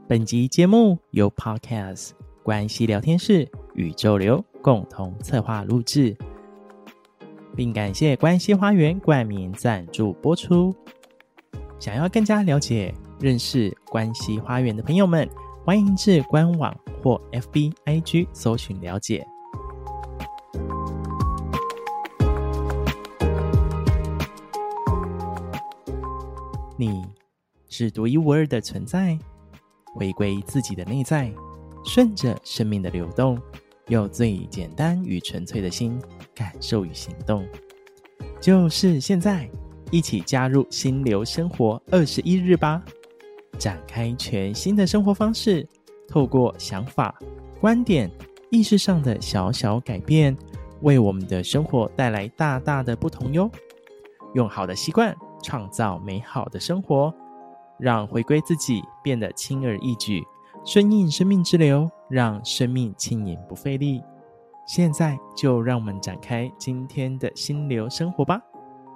本集节目由 Podcast 关系聊天室宇宙流共同策划录制，并感谢关系花园冠名赞助播出。想要更加了解认识关系花园的朋友们，欢迎至官网或 FB、IG 搜寻了解。你是独一无二的存在，回归自己的内在，顺着生命的流动，用最简单与纯粹的心感受与行动。就是现在，一起加入心流生活21日吧，展开全新的生活方式，透过想法、观点、意识上的小小改变，为我们的生活带来大大的不同哟。用好的习惯创造美好的生活，让回归自己变得轻而易举，顺应生命之流，让生命轻盈不费力。现在就让我们展开今天的心流生活吧。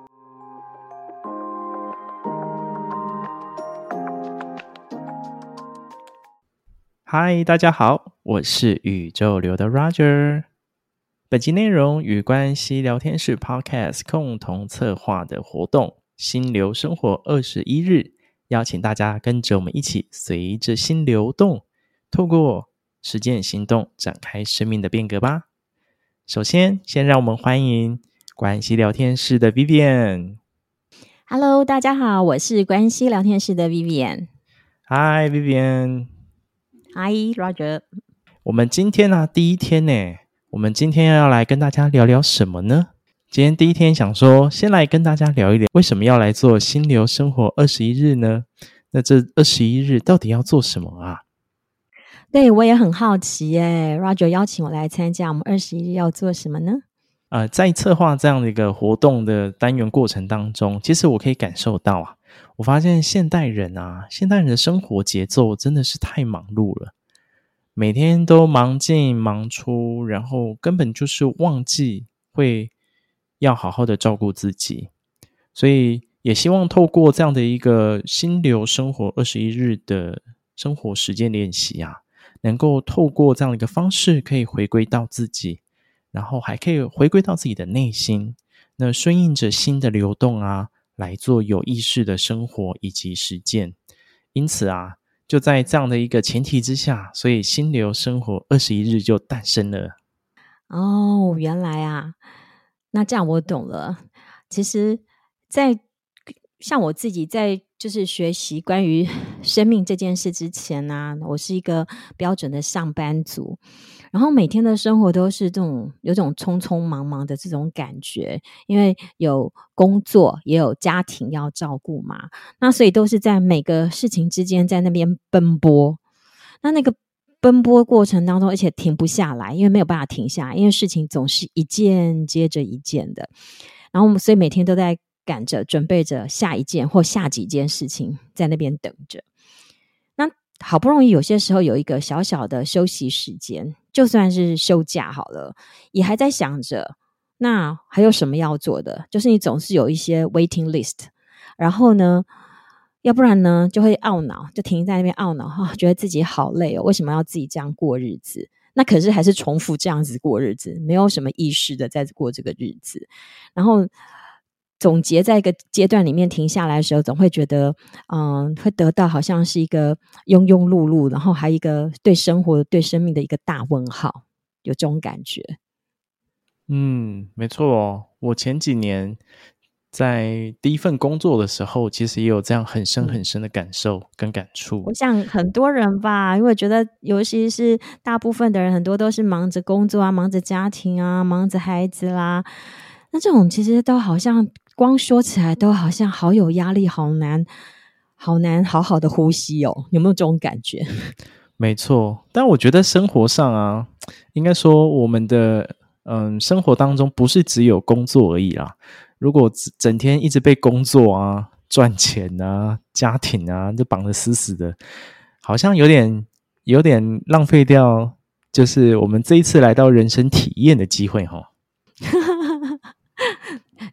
嗨，大家好，我是宇宙流的 Roger。本集内容与关系聊天室 Podcast 共同策划的活动心流生活21日，邀请大家跟着我们一起随着心流动，透过实践行动展开生命的变革吧。首先让我们欢迎关系聊天室的 Vivian。 Hello， 大家好，我是关系聊天室的 Vivian。 Hi Vivian。 Hi Roger。 我们今天第一天呢，我们今天要来跟大家聊聊什么呢？今天第一天想说先来跟大家聊一聊为什么要来做心流生活21日呢？那这21日到底要做什么啊？ 对，我也很好奇耶， Roger 邀请我来参加，我们21日要做什么呢？ 在策划这样的一个活动的单元过程当中，其实我可以感受到我发现现代人的生活节奏真的是太忙碌了，每天都忙进忙出，然后根本就是忘记会要好好的照顾自己。所以也希望透过这样的一个心流生活21日的生活实践练习能够透过这样的一个方式可以回归到自己，然后还可以回归到自己的内心，那顺应着心的流动来做有意识的生活以及实践。因此就在这样的一个前提之下，所以心流生活21日就诞生了。 哦，原来那这样我懂了。其实像我自己在就是学习关于生命这件事之前我是一个标准的上班族，然后每天的生活都是有种匆匆忙忙的这种感觉，因为有工作也有家庭要照顾嘛，那所以都是在每个事情之间在那边奔波。那个奔波过程当中，而且停不下来，因为没有办法停下来，因为事情总是一件接着一件的，然后我们所以每天都在赶着准备着下一件或下几件事情在那边等着。那好不容易有些时候有一个小小的休息时间，就算是休假好了，也还在想着那还有什么要做的，就是你总是有一些 waiting list， 然后呢要不然呢就会懊恼，就停在那边懊恼觉得自己好累为什么要自己这样过日子，那可是还是重复这样子过日子，没有什么意识的在过这个日子。然后总结在一个阶段里面停下来的时候，总会觉得会得到好像是一个庸庸碌碌，然后还一个对生活对生命的一个大问号，有这种感觉。 没错我前几年在第一份工作的时候，其实也有这样很深很深的感受跟感触。 我想很多人吧，因为觉得尤其是大部分的人很多都是忙着工作忙着家庭忙着孩子啦，那这种其实都好像光说起来都好像好有压力，好难好好的呼吸有没有这种感觉？ 没错，但我觉得生活上应该说我们的生活当中不是只有工作而已啦。如果整天一直被工作赚钱家庭就绑得死死的，好像有点浪费掉就是我们这一次来到人生体验的机会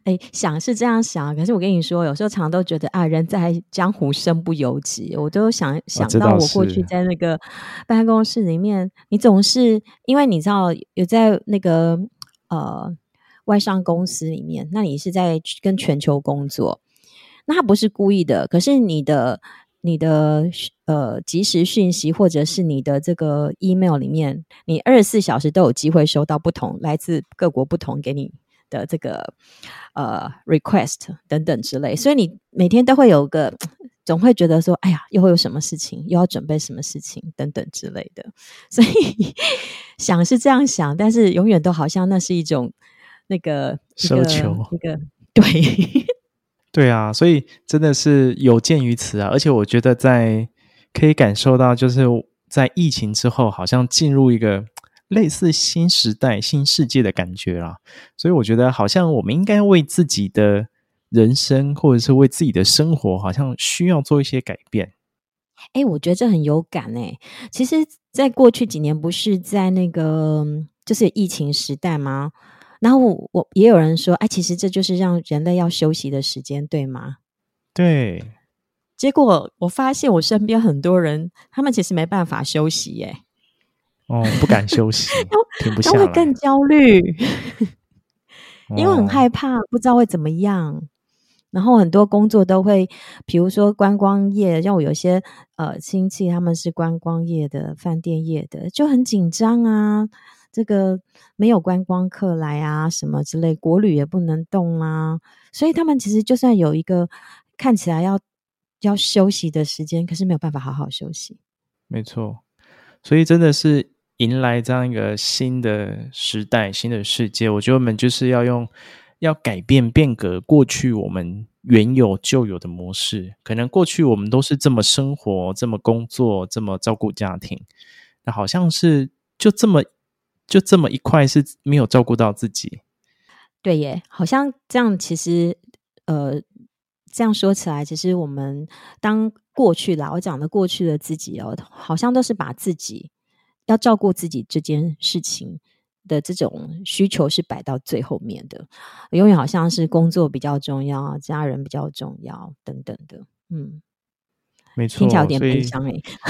想是这样想，可是我跟你说，有时候常常都觉得啊，人在江湖身不由己。我都想到我过去在那个办公室里面，你总是因为你知道有在那个外商公司里面，那你是在跟全球工作，那他不是故意的，可是你的即时讯息或者是你的这个 email 里面，你24小时都有机会收到来自各国不同给你的这个request 等等之类，所以你每天都会有个总会觉得说，哎呀，又会有什么事情，又要准备什么事情等等之类的，所以想是这样想，但是永远都好像那是一种那个奢求， 一个对对啊，所以真的是有鉴于此啊，而且我觉得可以感受到，就是在疫情之后，好像进入一个类似新时代、新世界的感觉啦。所以我觉得好像我们应该为自己的人生或者是为自己的生活，好像需要做一些改变。 我觉得这很有感其实在过去几年不是在那个就是疫情时代吗？然后我也有人说，其实这就是让人类要休息的时间，对吗？ 对。 结果我发现我身边很多人，他们其实没办法休息耶。 不敢休息，停不下来， 他会更焦虑，因为很害怕，不知道会怎么样。然后很多工作都会，比如说观光业，像我有些亲戚他们是观光业的、饭店业的，就很紧张啊。这个没有观光客来啊，什么之类，国旅也不能动啊。所以他们其实就算有一个看起来要休息的时间，可是没有办法好好休息。 没错，所以真的是迎来这样一个新的时代、新的世界，我觉得我们就是要改变、变革过去我们原有旧有的模式。可能过去我们都是这么生活、这么工作、这么照顾家庭，那好像是就这么一块是没有照顾到自己。 对耶，好像这样其实这样说起来，其实我们当过去啦，我讲的过去的自己好像都是把自己要照顾自己这件事情的这种需求是摆到最后面的，永远好像是工作比较重要，家人比较重要等等的。 没错， 听起来有点悲伤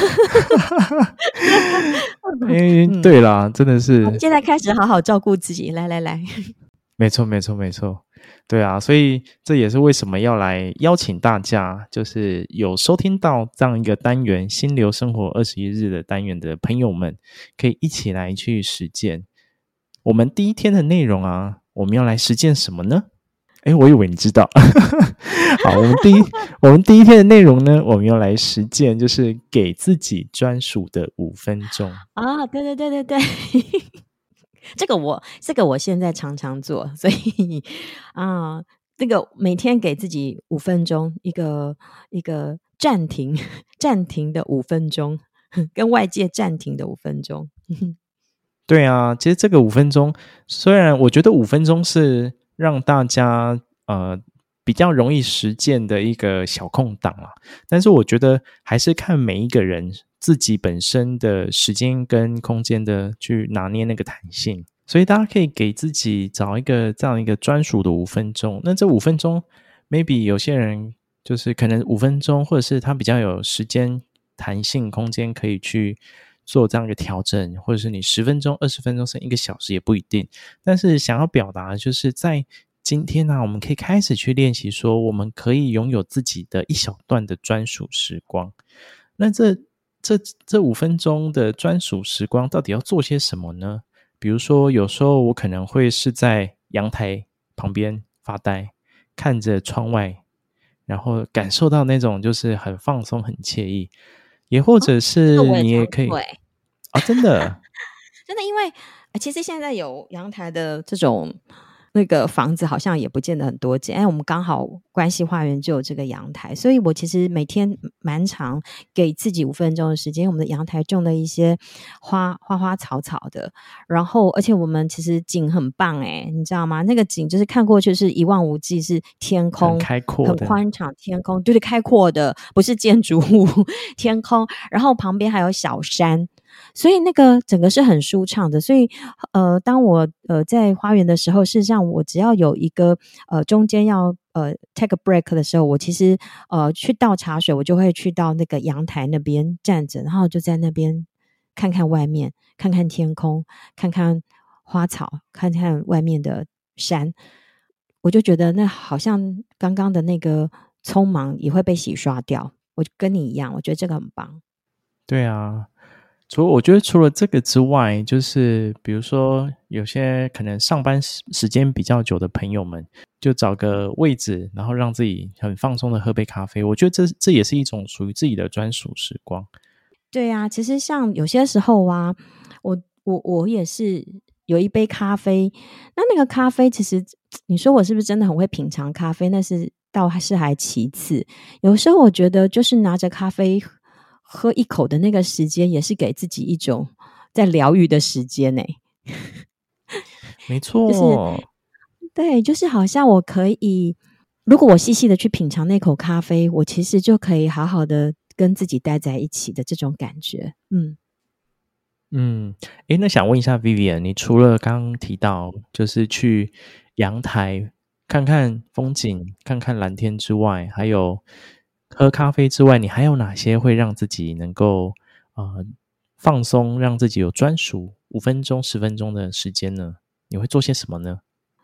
对啦，真的是现在开始好好照顾自己，来没错，对啊，所以这也是为什么要来邀请大家，就是有收听到这样一个单元心流生活21日的单元的朋友们，可以一起来去实践。我们第一天的内容啊，我们要来实践什么呢？我以为你知道。好，我们第一天的内容呢，我们要来实践，就是给自己专属的5分钟啊！对这个我现在常常做，所以这个每天给自己5分钟，一个暂停的5分钟，跟外界暂停的5分钟。 对啊，其实这个5分钟，虽然我觉得5分钟是让大家比较容易实践的一个小空档啦，但是我觉得还是看每一个人自己本身的时间跟空间的去拿捏那个弹性，所以大家可以给自己找一个这样一个专属的5分钟。那这5分钟 maybe 有些人就是可能5分钟，或者是他比较有时间弹性空间可以去做这样一个调整，或者是你10分钟、20分钟甚至1个小时也不一定。但是想要表达的就是在今天我们可以开始去练习说，我们可以拥有自己的一小段的专属时光。那这5分钟的专属时光到底要做些什么呢？比如说有时候我可能会是在阳台旁边发呆，看着窗外，然后感受到那种就是很放松很惬意。也或者是你也可以真的真的，因为其实现在有阳台的这种那个房子好像也不见得很多间，我们刚好关系花园就有这个阳台，所以我其实每天蛮常给自己5分钟的时间。我们的阳台种了一些花草的，然后而且我们其实景很棒你知道吗？那个景就是看过去是一望无际，是天空， 很开阔的， 很宽敞天空，对，开阔的，不是建筑物，天空，然后旁边还有小山。 所以那个整个是很舒畅的。所以当我在花园的时候，事实上我只要有一个中间要take a break 的时候，我其实去倒茶水，我就会去到那个阳台那边站着，然后就在那边看看外面，看看天空，看看花草，看看外面的山，我就觉得那好像刚刚的那个匆忙也会被洗刷掉。我跟你一样，我觉得这个很棒。 对啊，我觉得除了这个之外，就是比如说有些可能上班时间比较久的朋友们，就找个位置，然后让自己很放松的喝杯咖啡，我觉得这也是一种属于自己的专属时光。 对啊，其实像有些时候啊，我也是有一杯咖啡，那个咖啡其实你说我是不是真的很会品尝咖啡，那是倒还其次。有时候我觉得就是拿着咖啡喝一口的那个时间，也是给自己一种在疗愈的时间欸。 没就是错。 对，就是好像我可以，如果我细细的去品尝那口咖啡，我其实就可以好好的跟自己待在一起的这种感觉。 那想问一下 Vivian， 你除了刚刚提到就是去阳台看看风景，看看蓝天之外，还有喝咖啡之外，你还有哪些会让自己能够放松，让自己有专属5分钟、10分钟的时间呢？你会做些什么呢？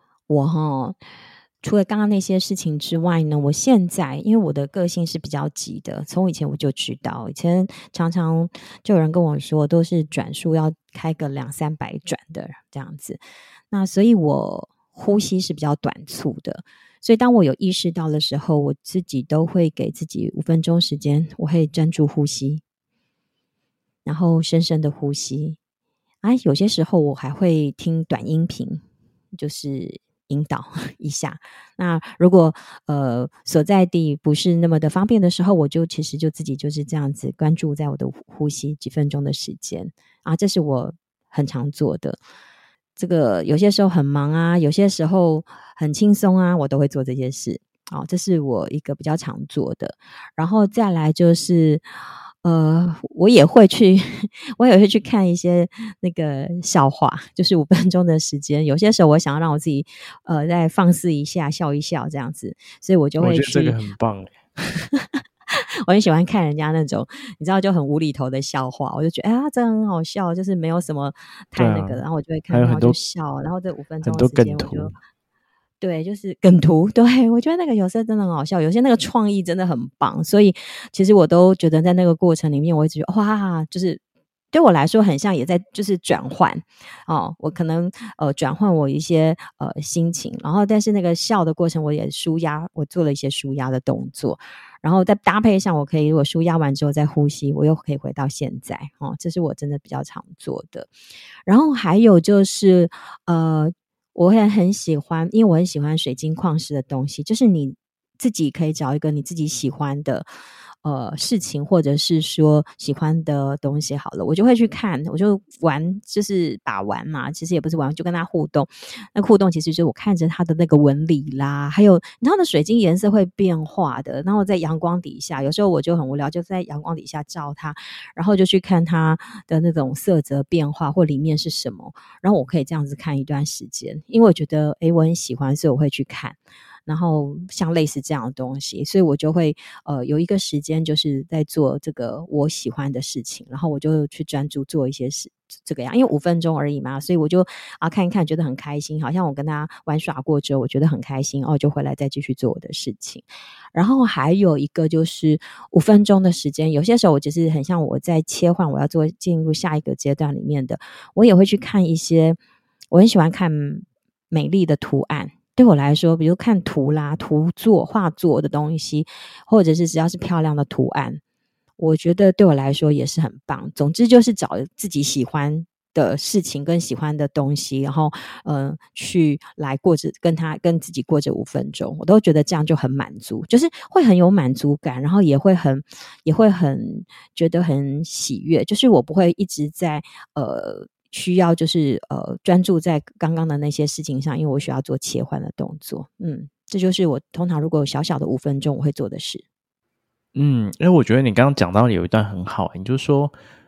除了刚刚那些事情之外呢，我现在因为我的个性是比较急的，从以前我就知道，以前常常就有人跟我说，都是转速要开个200-300转的这样子。那所以我呼吸是比较短促的，所以当我有意识到的时候，我自己都会给自己5分钟时间，我会专注呼吸，然后深深的呼吸。有些时候我还会听短音频，就是引导一下。那如果所在地不是那么的方便的时候，我就其实就自己就是这样子关注在我的呼吸几分钟的时间这是我很常做的。这个有些时候很忙啊，有些时候很轻松啊，我都会做这些事。这是我一个比较常做的。然后再来就是我也会去我也会去看一些那个笑话，就是5分钟的时间。有些时候我想要让我自己再放肆一下，笑一笑这样子，所以我就会去我觉得这个很棒耶。 我很喜欢看人家那种你知道就很无厘头的笑话，我就觉得这很好笑，就是没有什么对啊， 太那个的，然后我就会看，然后就还有笑，然后这5分很多钟的时间我就梗图。 对，就是梗图，对，我觉得那个有时候真的很好笑，有些那个创意真的很棒，所以其实我都觉得在那个过程里面，我一直觉得哇，就是对我来说很像也在就是转换我可能转换我一些心情，然后但是那个笑的过程我也舒压，我做了一些舒压的动作，然后再搭配上我可以如果舒压完之后再呼吸，我又可以回到现在这是我真的比较常做的。然后还有就是我会很喜欢，因为我很喜欢水晶矿石的东西，就是你自己可以找一个你自己喜欢的事情，或者是说喜欢的东西好了，我就会去看，我就玩，就是把玩嘛，其实也不是玩，就跟他互动。那互动其实就是我看着他的那个纹理啦，还有你知道的水晶颜色会变化的，然后在阳光底下，有时候我就很无聊，就在阳光底下照它，然后就去看它的那种色泽变化或里面是什么，然后我可以这样子看一段时间，因为我觉得我很喜欢，所以我会去看。然后像类似这样的东西，所以我就会有一个时间就是在做这个我喜欢的事情，然后我就去专注做一些事这个样，因为5分钟而已嘛，所以我就看一看觉得很开心，好像我跟他玩耍过之后我觉得很开心就回来再继续做我的事情。然后还有一个就是5分钟的时间，有些时候我就是很像我在切换我要进入下一个阶段里面的，我也会去看一些我很喜欢看美丽的图案，对我来说比如看图啦、图作、画作的东西，或者是只要是漂亮的图案，我觉得对我来说也是很棒。总之就是找自己喜欢的事情跟喜欢的东西，然后去来过着跟自己过着5分钟，我都觉得这样就很满足，就是会很有满足感，然后也会很觉得很喜悦，就是我不会一直在需要就是专注在刚刚的那些事情上，因为我需要做切换的动作。这就是我通常如果有小小的5分钟我会做的事。 因为我觉得你刚刚讲到有一段很好，你就说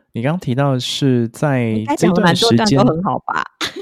你刚刚提到的是在应该这讲了蛮多段时间段都很好吧？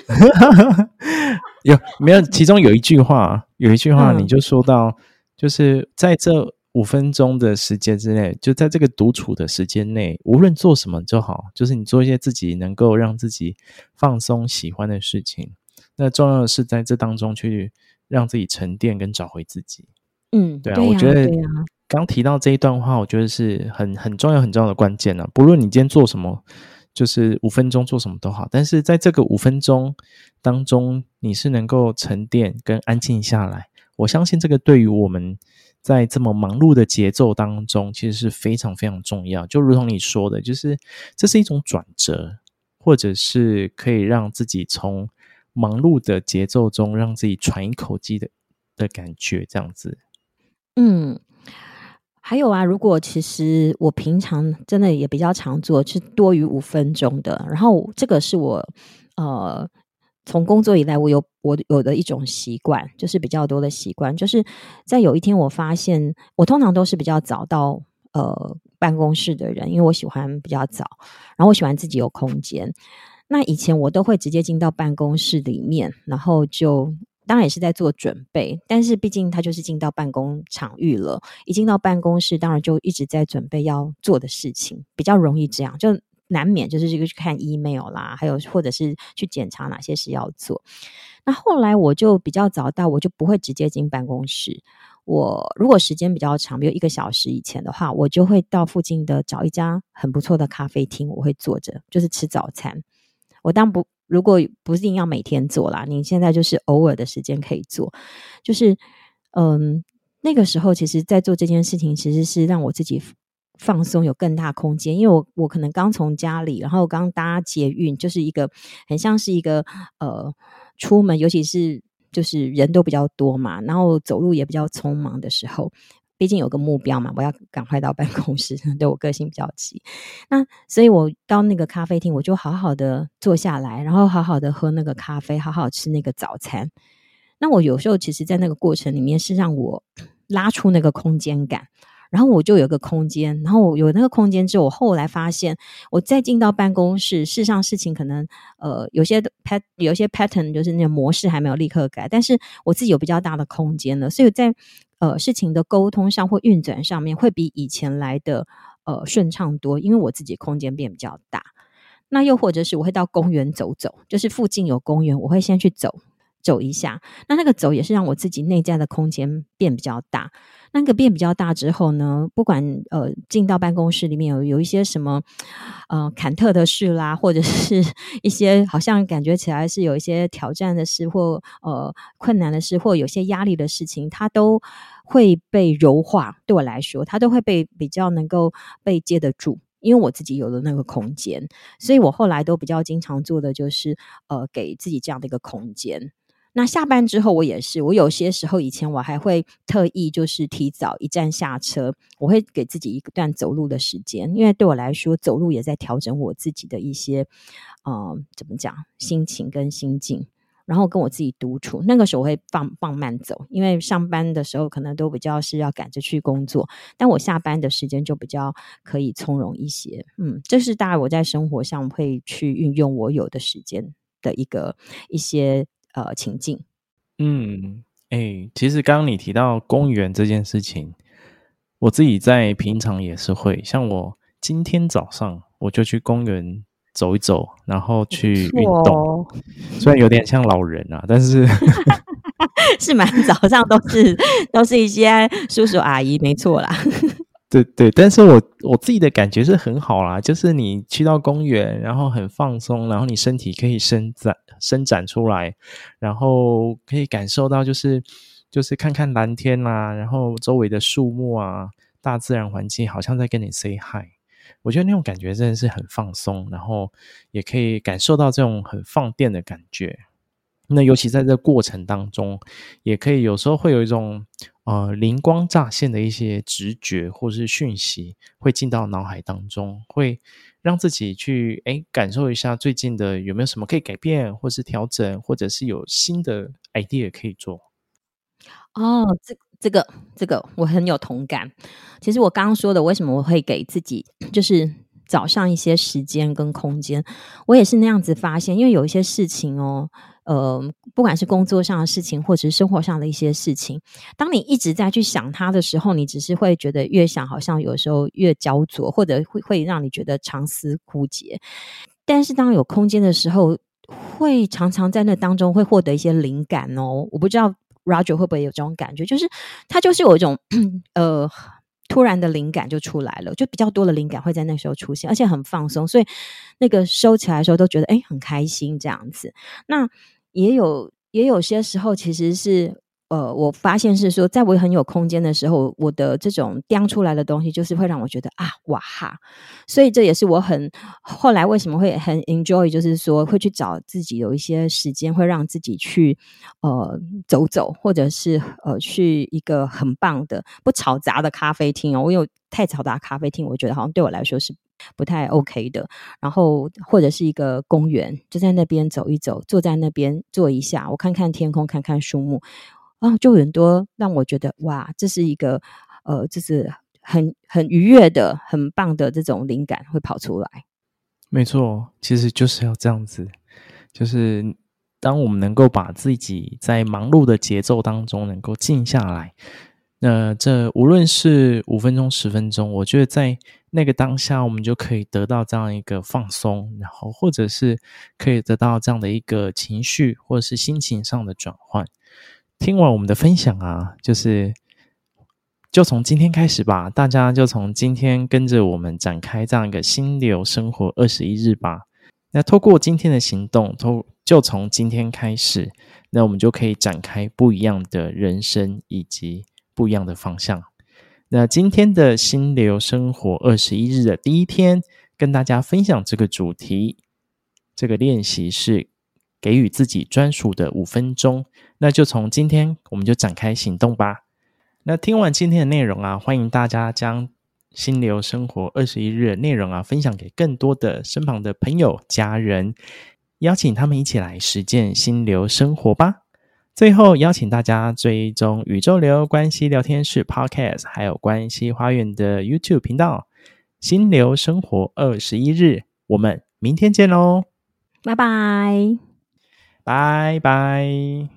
没有？其中有一句话你嗯就说到，就是在这5分钟的时间之内，就在这个独处的时间内，无论做什么就好，就是你做一些自己能够让自己放松、喜欢的事情。那重要的是在这当中去让自己沉淀跟找回自己。对啊， 对呀我觉得对呀。 刚提到这一段话，我觉得是很重要、很重要的关键啊。不论你今天做什么，就是5分钟做什么都好，但是在这个5分钟当中，你是能够沉淀跟安静下来。我相信这个对于我们在这么忙碌的节奏当中，其实是非常非常重要。就如同你说的，就是这是一种转折，或者是可以让自己从忙碌的节奏中让自己喘一口气的感觉，这样子。 嗯，还有啊，如果其实我平常真的也比较常做，是多于5分钟的。然后这个是我从工作以来我有的一种习惯，就是比较多的习惯，就是在有一天我发现，我通常都是比较早到办公室的人，因为我喜欢比较早，然后我喜欢自己有空间。那以前我都会直接进到办公室里面，然后就当然也是在做准备，但是毕竟他就是进到办公场域了，一进到办公室，当然就一直在准备要做的事情，比较容易这样，就难免就是这个去看 email 啦，还有或者是去检查哪些事要做。那后来我就比较早到，我就不会直接进办公室。我如果时间比较长，比如1个小时以前的话，我就会到附近的找一家很不错的咖啡厅，我会坐着，就是吃早餐。我当不如果不一定要每天做啦，你现在就是偶尔的时间可以做，就是那个时候其实在做这件事情，其实是让我自己放松，有更大空间。因为我可能刚从家里，然后刚搭捷运，就是一个很像是一个出门，尤其是就是人都比较多嘛，然后走路也比较匆忙的时候，毕竟有个目标嘛，我要赶快到办公室，对我个性比较急。那所以我到那个咖啡厅，我就好好的坐下来，然后好好的喝那个咖啡，好好吃那个早餐。那我有时候其实在那个过程里面是让我拉出那个空间感，然后我就有个空间，然后我有那个空间之后，我后来发现我再进到办公室，事实上事情可能有些 pattern 就是那个模式还没有立刻改，但是我自己有比较大的空间了，所以在事情的沟通上或运转上面会比以前来的顺畅多，因为我自己空间变比较大。那又或者是我会到公园走走，就是附近有公园，我会先去走一下。那个走也是让我自己内在的空间变比较大。那个变比较大之后呢，不管进到办公室里面有一些什么坎特的事啦，或者是一些好像感觉起来是有一些挑战的事或困难的事，或有些压力的事情，它都会被柔化。对我来说，它都会被比较能够被接得住。因为我自己有了那个空间，所以我后来都比较经常做的就是给自己这样的一个空间。那下班之后我也是，我有些时候以前我还会特意就是提早一站下车，我会给自己一段走路的时间，因为对我来说走路也在调整我自己的一些怎么讲心情跟心境，然后跟我自己独处。那个时候我会放慢走，因为上班的时候可能都比较是要赶着去工作，但我下班的时间就比较可以从容一些。这是大概我在生活上会去运用我有的时间的一些情境。 其实刚刚你提到公园这件事情，我自己在平常也是会，像我今天早上我就去公园走一走，然后去运动。 哦， 虽然有点像老人啊，但是是蛮早上都是一些叔叔阿姨，没错啦。 对对，但是我自己的感觉是很好啦，就是你去到公园，然后很放松，然后你身体可以伸展出来，然后可以感受到就是看看蓝天啊，然后周围的树木啊，大自然环境好像在跟你 say hi。我觉得那种感觉真的是很放松，然后也可以感受到这种很放电的感觉。那尤其在这个过程当中，也可以有时候会有一种灵光乍现的一些直觉或是讯息会进到脑海当中，会让自己去感受一下最近的有没有什么可以改变或是调整，或者是有新的 idea 可以做。 哦，这个我很有同感。其实我刚刚说的，为什么我会给自己就是找上一些时间跟空间。我也是那样子发现，因为有一些事情哦，不管是工作上的事情，或者是生活上的一些事情，当你一直在去想它的时候，你只是会觉得越想好像有时候越焦灼，或者会让你觉得长思枯竭。但是当有空间的时候，会常常在那当中会获得一些灵感哦。我不知道 Roger 会不会有这种感觉，就是他就是有一种突然的灵感就出来了，就比较多的灵感会在那时候出现，而且很放松，所以那个收起来的时候都觉得很开心这样子。那也有些时候其实是我发现是说，在我很有空间的时候，我的这种叼出来的东西，就是会让我觉得哇哈！所以这也是我后来为什么会很 enjoy，就是说会去找自己有一些时间，会让自己去走走，或者是去一个很棒的不吵杂的咖啡厅哦。我有太嘈杂咖啡厅，我觉得好像对我来说是不太 OK 的。然后或者是一个公园，就在那边走一走，坐在那边坐一下，我看看天空，看看树木。就有很多让我觉得哇，这是一个就是很愉悦的、很棒的这种灵感会跑出来。 没错，其实就是要这样子，就是当我们能够把自己在忙碌的节奏当中能够静下来，那这无论是5分钟、10分钟，我觉得在那个当下，我们就可以得到这样一个放松，然后或者是可以得到这样的一个情绪或者是心情上的转换。听完我们的分享啊，就从今天开始吧，大家就从今天跟着我们展开这样一个心流生活21日吧。那透过今天的行动，就从今天开始，那我们就可以展开不一样的人生以及不一样的方向。那今天的心流生活21日的第一天，跟大家分享这个主题，这个练习是给予自己专属的5分钟。那就从今天我们就展开行动吧。那听完今天的内容啊，欢迎大家将心流生活21日的内容啊分享给更多的身旁的朋友、家人，邀请他们一起来实践心流生活吧。最后邀请大家追踪宇宙流关系聊天室 Podcast 还有关系花园的 YouTube 频道，心流生活21日，我们明天见咯， 拜拜。 拜拜。